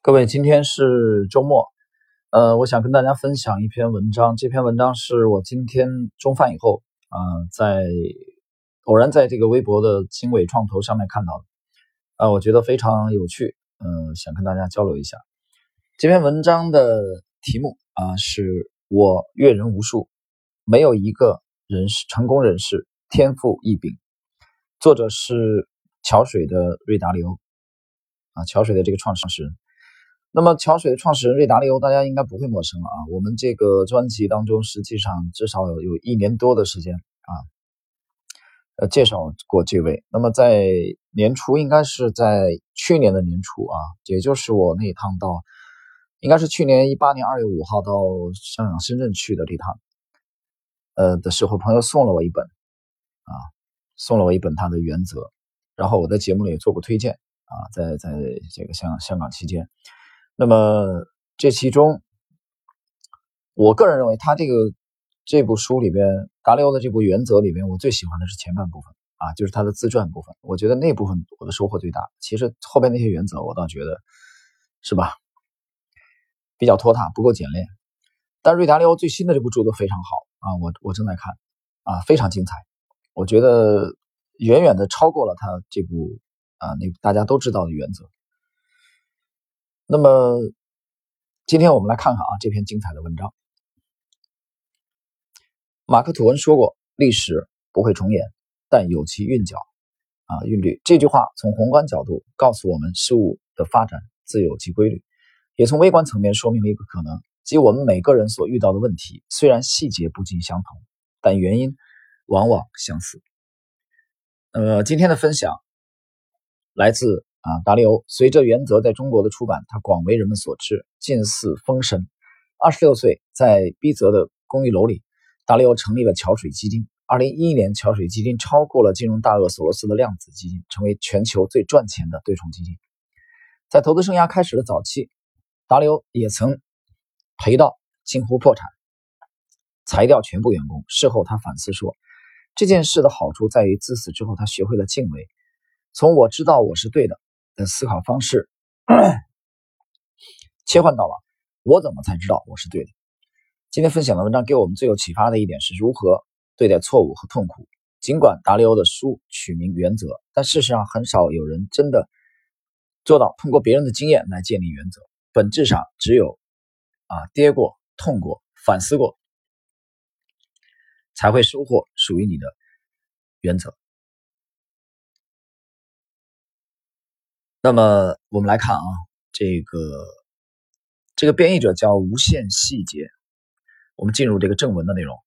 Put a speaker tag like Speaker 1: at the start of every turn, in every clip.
Speaker 1: 各位，今天是周末，我想跟大家分享一篇文章。这篇文章是我今天中饭以后，偶然在这个微博的经纬创投上面看到的，我觉得非常有趣，想跟大家交流一下。这篇文章的题目是我阅人无数，没有一个成功人士天赋异禀。作者是桥水的瑞达利欧，桥水的这个创始人。那么桥水的创始人瑞达利欧大家应该不会陌生了我们这个专辑当中实际上至少有1年多的时间介绍过这位。那么在年初，应该是在去年的年初也就是我那一趟到，应该是去年18年2月5号到香港深圳去的这趟的时候，朋友送了我一本他的原则，然后我在节目里也做过推荐在这个香港期间。那么这其中我个人认为他这部书里边，达利欧的这部原则里面，我最喜欢的是前半部分就是他的自传部分。我觉得那部分我的收获最大。其实后边那些原则我倒觉得是吧，比较拖沓，不够简练。但瑞达利欧最新的这部著作非常好我正在看非常精彩。我觉得远远的超过了他这部那大家都知道的原则。那么今天我们来看看这篇精彩的文章。马克·吐温说过，历史不会重演，但有其韵脚韵律。这句话从宏观角度告诉我们事物的发展自有其规律，也从微观层面说明了一个可能，即我们每个人所遇到的问题虽然细节不尽相同，但原因往往相似。今天的分享来自达利欧。随着原则在中国的出版，他广为人们所知，近似风神。26岁，在逼泽的公寓楼里，达利欧成立了桥水基金。2011年，桥水基金超过了金融大鳄索罗斯的量子基金，成为全球最赚钱的对冲基金。在投资生涯开始的早期，达利欧也曾赔到近乎破产，裁掉全部员工。事后他反思说，这件事的好处在于自此之后他学会了敬畏，从我知道我是对的思考方式切换到了我怎么才知道我是对的。今天分享的文章给我们最有启发的一点是如何对待错误和痛苦。尽管达利欧的书取名原则，但事实上很少有人真的做到通过别人的经验来建立原则。本质上只有跌过、痛过、反思过，才会收获属于你的原则。那么我们来看这个编译者叫无限细节。我们进入这个正文的内容。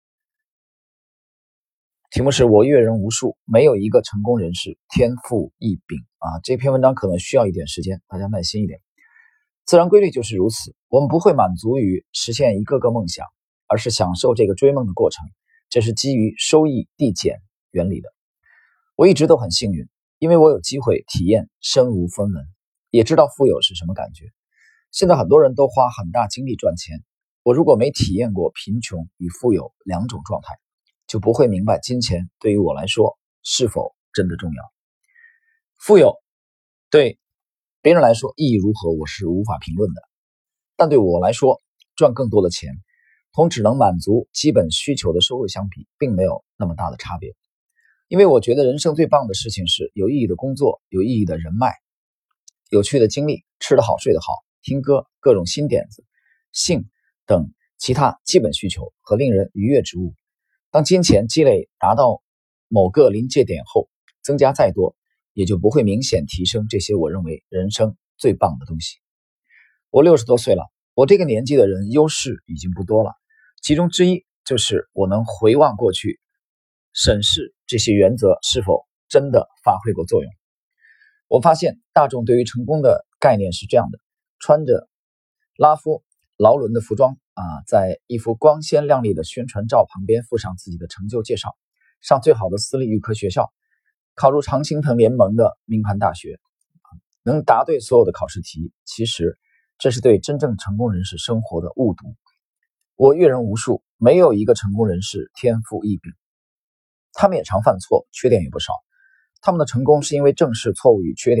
Speaker 1: 题目是我阅人无数，没有一个成功人士天赋异禀这篇文章可能需要一点时间，大家耐心一点。自然规律就是如此，我们不会满足于实现一个个梦想，而是享受这个追梦的过程，这是基于收益递减原理的。我一直都很幸运，因为我有机会体验身无分文，也知道富有是什么感觉。现在很多人都花很大精力赚钱，我如果没体验过贫穷与富有两种状态，就不会明白金钱对于我来说是否真的重要。富有对别人来说意义如何，我是无法评论的，但对我来说，赚更多的钱同只能满足基本需求的收入相比，并没有那么大的差别。因为我觉得人生最棒的事情是有意义的工作，有意义的人脉，有趣的经历，吃得好睡得好，听歌，各种新点子，性等其他基本需求和令人愉悦之物。当金钱积累达到某个临界点后，增加再多也就不会明显提升这些我认为人生最棒的东西。我60多岁了，我这个年纪的人优势已经不多了，其中之一就是我能回望过去，审视这些原则是否真的发挥过作用。我发现大众对于成功的概念是这样的，穿着拉夫劳伦的服装在一幅光鲜亮丽的宣传照旁边附上自己的成就介绍，上最好的私立预科学校，考入常青藤联盟的名牌大学，能答对所有的考试题。其实这是对真正成功人士生活的误读。我阅人无数，没有一个成功人士天赋异禀，他们也常犯错，缺点也不少。他们的成功是因为正视错误与缺点，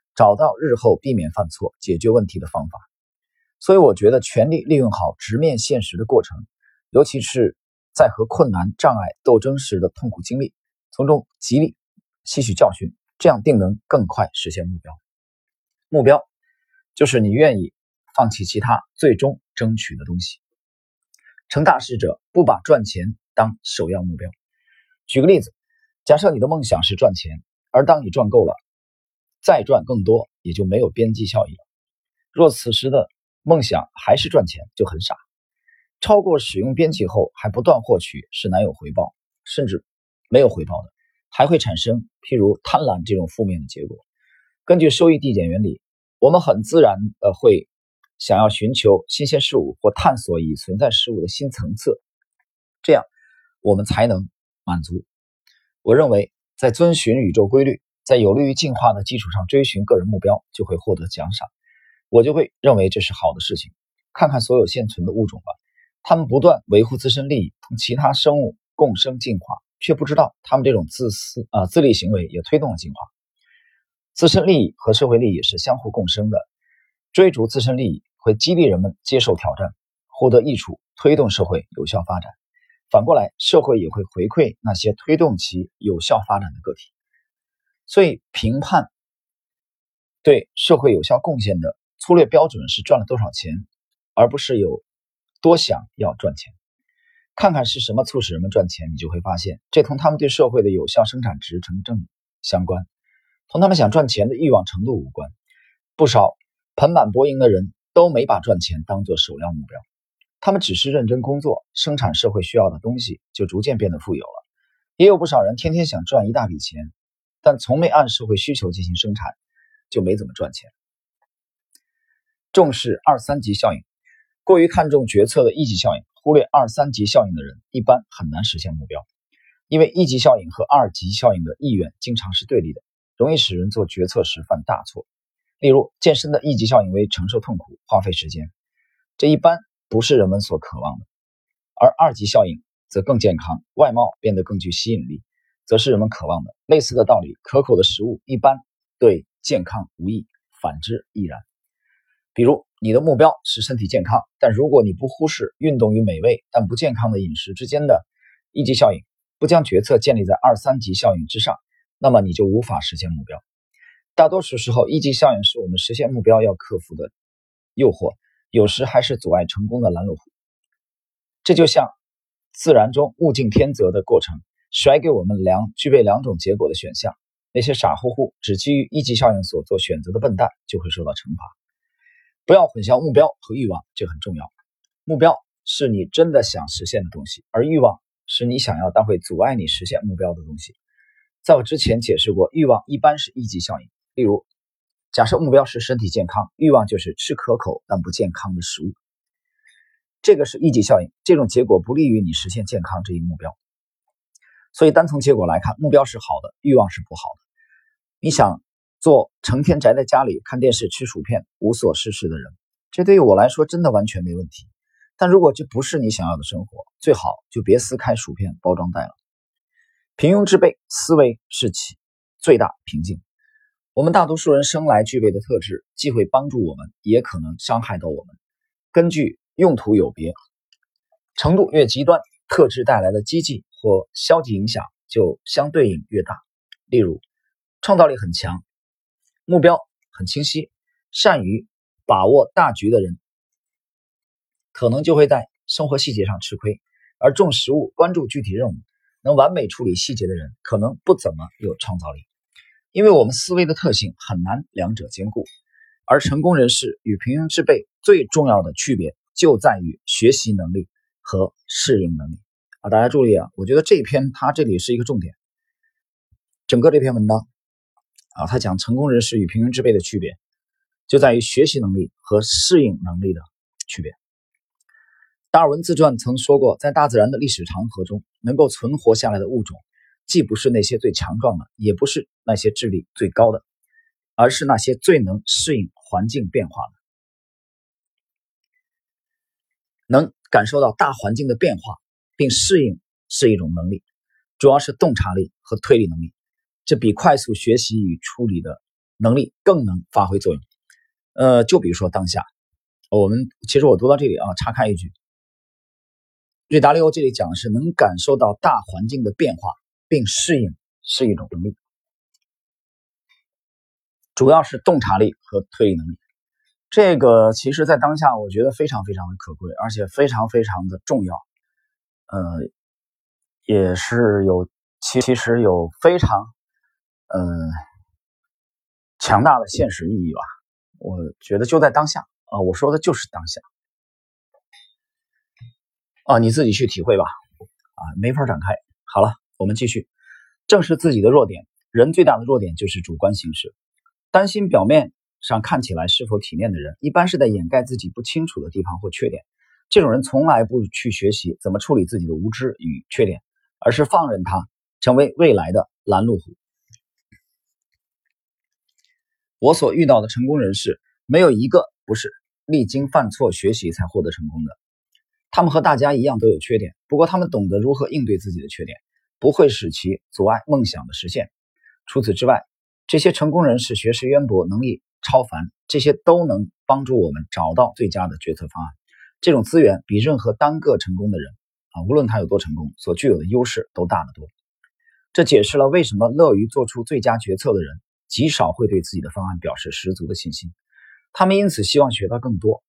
Speaker 1: 找到日后避免犯错、解决问题的方法。所以我觉得全力利用好直面现实的过程，尤其是在和困难障碍斗争时的痛苦经历，从中极力吸取教训，这样定能更快实现目标。目标就是你愿意放弃其他，最终争取的东西。成大事者不把赚钱当首要目标。举个例子，假设你的梦想是赚钱，而当你赚够了，再赚更多也就没有边际效益了。若此时的梦想还是赚钱，就很傻。超过使用边际后还不断获取是难有回报，甚至没有回报的，还会产生譬如贪婪这种负面的结果。根据收益递减原理，我们很自然的会想要寻求新鲜事物或探索已存在事物的新层次，这样我们才能满足。我认为在遵循宇宙规律，在有利于进化的基础上追寻个人目标，就会获得奖赏。我就会认为这是好的事情。看看所有现存的物种吧，他们不断维护自身利益，同其他生物共生进化，却不知道他们这种自利行为也推动了进化。自身利益和社会利益是相互共生的，追逐自身利益会激励人们接受挑战，获得益处，推动社会有效发展。反过来，社会也会回馈那些推动其有效发展的个体。所以评判对社会有效贡献的粗略标准是赚了多少钱，而不是有多想要赚钱。看看是什么促使人们赚钱，你就会发现这同他们对社会的有效生产值成正相关，同他们想赚钱的欲望程度无关。不少盆满钵盈的人都没把赚钱当作首要目标，他们只是认真工作，生产社会需要的东西，就逐渐变得富有了。也有不少人天天想赚一大笔钱，但从没按社会需求进行生产，就没怎么赚钱。重视二三级效应，过于看重决策的一级效应，忽略二三级效应的人，一般很难实现目标。因为一级效应和二级效应的意愿经常是对立的，容易使人做决策时犯大错。例如，健身的一级效应为承受痛苦、花费时间，这一般不是人们所渴望的；而二级效应则更健康，外貌变得更具吸引力，则是人们渴望的。类似的道理，可口的食物一般对健康无益，反之亦然。比如，你的目标是身体健康，但如果你不忽视运动与美味但不健康的饮食之间的一级效应，不将决策建立在二三级效应之上，那么你就无法实现目标。大多数时候，一级效应是我们实现目标要克服的诱惑，有时还是阻碍成功的拦路虎。这就像自然中物竞天择的过程，甩给我们具备两种结果的选项。那些傻乎乎只基于一级效应所做选择的笨蛋就会受到惩罚。不要混淆目标和欲望，这很重要。目标是你真的想实现的东西，而欲望是你想要但会阻碍你实现目标的东西。在我之前解释过，欲望一般是一级效应。例如，假设目标是身体健康，欲望就是吃可口但不健康的食物，这个是一级效应，这种结果不利于你实现健康这一目标。所以单从结果来看，目标是好的，欲望是不好的。你想做成天宅在家里看电视吃薯片无所事事的人，这对于我来说真的完全没问题。但如果这不是你想要的生活，最好就别撕开薯片包装袋了。平庸之辈，思维是其最大瓶颈。我们大多数人生来具备的特质，既会帮助我们，也可能伤害到我们。根据用途有别，程度越极端，特质带来的积极或消极影响就相对应越大。例如，创造力很强，目标很清晰，善于把握大局的人，可能就会在生活细节上吃亏；而重实务、关注具体任务、能完美处理细节的人，可能不怎么有创造力。因为我们思维的特性很难两者兼顾，而成功人士与平庸之辈最重要的区别就在于学习能力和适应能力。大家注意我觉得这篇它这里是一个重点。整个这篇文章他讲成功人士与平庸之辈的区别，就在于学习能力和适应能力的区别。达尔文自传曾说过，在大自然的历史长河中，能够存活下来的物种，既不是那些最强壮的，也不是那些智力最高的，而是那些最能适应环境变化的，能感受到大环境的变化并适应是一种能力，主要是洞察力和推理能力，这比快速学习与处理的能力更能发挥作用。就比如说当下，其实我读到这里啊，插开一句，瑞达利欧这里讲的是能感受到大环境的变化并适应是一种能力，主要是洞察力和推理能力。这个其实在当下我觉得非常非常的可贵，而且非常非常的重要。也是其实有非常强大的现实意义吧。我觉得就在当下啊，我说的就是当下啊，你自己去体会吧啊，没法展开。好了，我们继续。正视自己的弱点，人最大的弱点就是主观行事。担心表面上看起来是否体面的人，一般是在掩盖自己不清楚的地方或缺点。这种人从来不去学习怎么处理自己的无知与缺点，而是放任它成为未来的拦路虎。我所遇到的成功人士，没有一个不是历经犯错学习才获得成功的。他们和大家一样都有缺点，不过他们懂得如何应对自己的缺点，不会使其阻碍梦想的实现。除此之外，这些成功人士学识渊博，能力超凡，这些都能帮助我们找到最佳的决策方案。这种资源比任何单个成功的人无论他有多成功，所具有的优势都大得多。这解释了为什么乐于做出最佳决策的人极少会对自己的方案表示十足的信心，他们因此希望学到更多。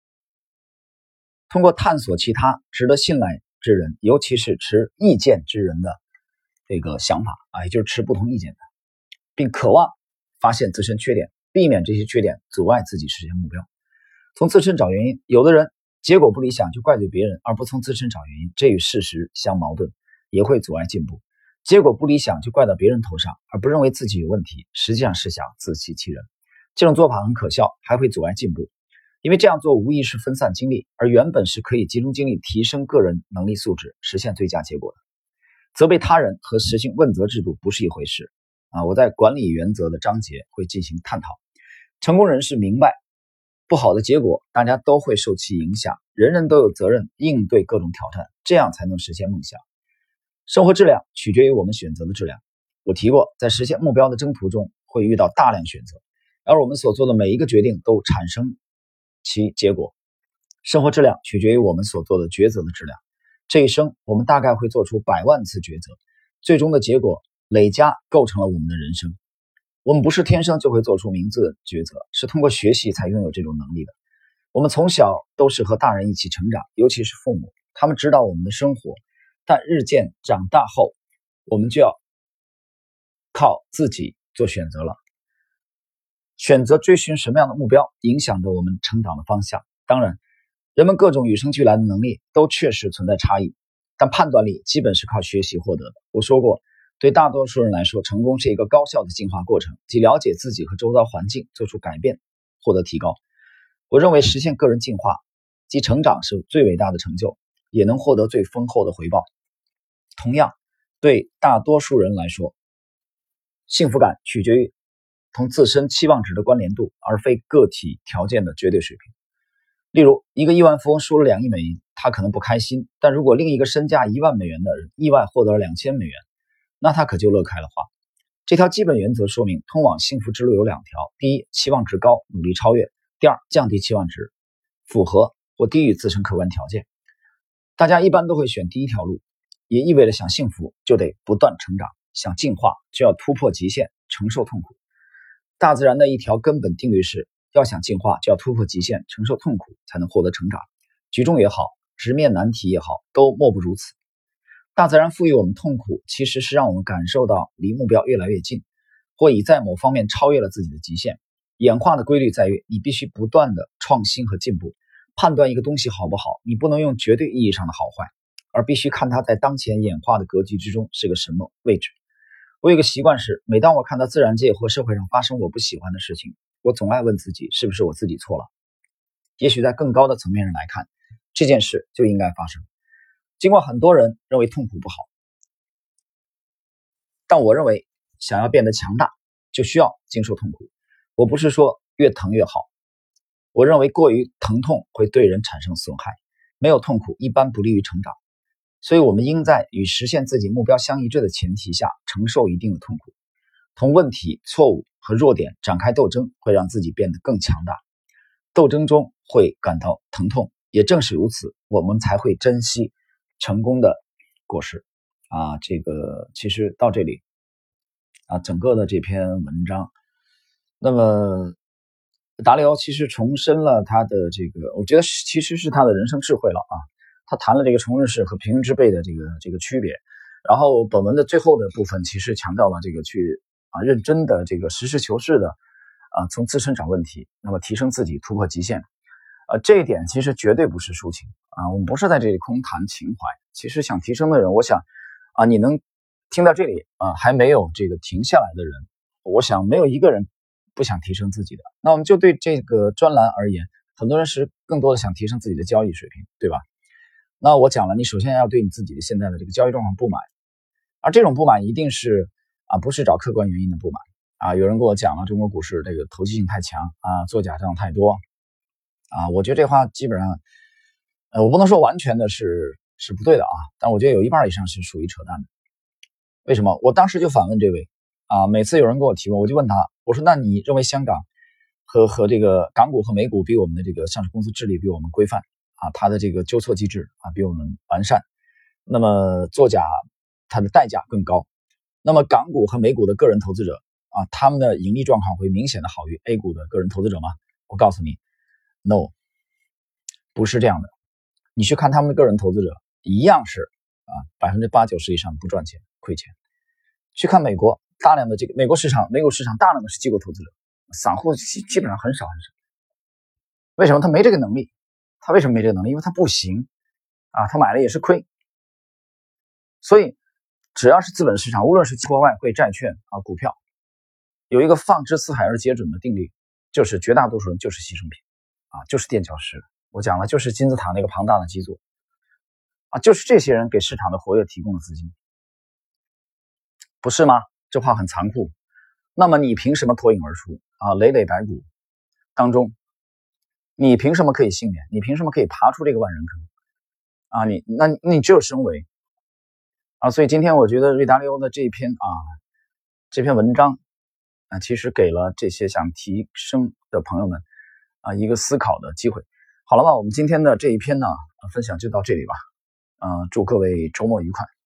Speaker 1: 通过探索其他值得信赖之人，尤其是持意见之人的这个想法也就是持不同意见的，并渴望发现自身缺点，避免这些缺点阻碍自己实现目标。从自身找原因，有的人结果不理想就怪罪别人，而不从自身找原因，这与事实相矛盾，也会阻碍进步。结果不理想就怪到别人头上，而不认为自己有问题，实际上是想自欺欺人。这种做法很可笑，还会阻碍进步。因为这样做无疑是分散精力，而原本是可以集中精力提升个人能力素质，实现最佳结果的。责备他人和实行问责制度不是一回事我在管理原则的章节会进行探讨。成功人士明白，不好的结果大家都会受其影响，人人都有责任应对各种挑战，这样才能实现梦想。生活质量取决于我们选择的质量。我提过，在实现目标的征途中会遇到大量选择，而我们所做的每一个决定都产生其结果。生活质量取决于我们所做的抉择的质量。这一生我们大概会做出100万次抉择，最终的结果累加构成了我们的人生。我们不是天生就会做出明智的抉择，是通过学习才拥有这种能力的。我们从小都是和大人一起成长，尤其是父母，他们指导我们的生活，但日渐长大后，我们就要靠自己做选择了。选择追寻什么样的目标，影响着我们成长的方向。当然，人们各种与生俱来的能力都确实存在差异，但判断力基本是靠学习获得的。我说过，对大多数人来说，成功是一个高效的进化过程，即了解自己和周遭环境，做出改变，获得提高。我认为实现个人进化即成长是最伟大的成就，也能获得最丰厚的回报。同样，对大多数人来说，幸福感取决于同自身期望值的关联度，而非个体条件的绝对水平。例如，一个亿万富翁输了2亿美元，他可能不开心，但如果另一个身价1万美元的人意外获得了2000美元，那他可就乐开了花。这条基本原则说明，通往幸福之路有2条：第一，期望值高，努力超越；第二，降低期望值，符合或低于自身客观条件。大家一般都会选第一条路，也意味着想幸福就得不断成长，想进化就要突破极限，承受痛苦。大自然的一条根本定律是，要想进化就要突破极限，承受痛苦，才能获得成长。举重也好，直面难题也好，都莫不如此。大自然赋予我们痛苦，其实是让我们感受到离目标越来越近，或已在某方面超越了自己的极限。演化的规律在于，你必须不断的创新和进步。判断一个东西好不好，你不能用绝对意义上的好坏，而必须看它在当前演化的格局之中是个什么位置。我有个习惯是，每当我看到自然界或社会上发生我不喜欢的事情，我总爱问自己，是不是我自己错了？也许在更高的层面上来看，这件事就应该发生。尽管很多人认为痛苦不好，但我认为想要变得强大，就需要经受痛苦。我不是说越疼越好，我认为过于疼痛会对人产生损害，没有痛苦一般不利于成长。所以我们应在与实现自己目标相一致的前提下，承受一定的痛苦。同问题、错误和弱点展开斗争，会让自己变得更强大。斗争中会感到疼痛，也正是如此，我们才会珍惜成功的果实。这个其实到这里整个的这篇文章，那么达里欧其实重申了他的这个，我觉得其实是他的人生智慧了他谈了这个成人式和平庸之辈的这个区别。然后本文的最后的部分其实强调了这个去认真的这个实事求是的从自身找问题，那么提升自己，突破极限。这一点其实绝对不是抒情我们不是在这里空谈情怀。其实想提升的人，我想你能听到这里还没有这个停下来的人，我想没有一个人不想提升自己的。那我们就对这个专栏而言，很多人是更多的想提升自己的交易水平，对吧？那我讲了，你首先要对你自己的现在的这个交易状况不满，而这种不满一定是不是找客观原因的不满有人跟我讲了中国股市这个投机性太强做假账太多我觉得这话基本上我不能说完全的是不对的但我觉得有一半以上是属于扯淡的。为什么？我当时就反问这位每次有人跟我提问，我就问他，我说那你认为香港和这个港股和美股比我们的这个上市公司治理比我们规范它的这个纠错机制比我们完善，那么作假它的代价更高，那么港股和美股的个人投资者他们的盈利状况会明显的好于 A 股的个人投资者吗？我告诉你 No， 不是这样的。你去看他们的个人投资者一样是80%-90%以上不赚钱亏钱。去看美国大量的这个美股市场大量的是机构投资者，散户基本上很少。为什么？他没这个能力。他为什么没这个能力？因为他不行他买了也是亏。所以只要是资本市场，无论是期货、外汇、债券股票，有一个放之四海而皆准的定律，就是绝大多数人就是牺牲品就是垫脚石。我讲了，就是金字塔那个庞大的基座就是这些人给市场的活跃提供了资金，不是吗？这话很残酷。那么你凭什么脱颖而出累累白骨当中，你凭什么可以幸免？你凭什么可以爬出这个万人坑你只有升维所以今天我觉得瑞达利欧的这篇文章其实给了这些想提升的朋友们一个思考的机会。好了吧，我们今天的这一篇呢分享就到这里吧祝各位周末愉快。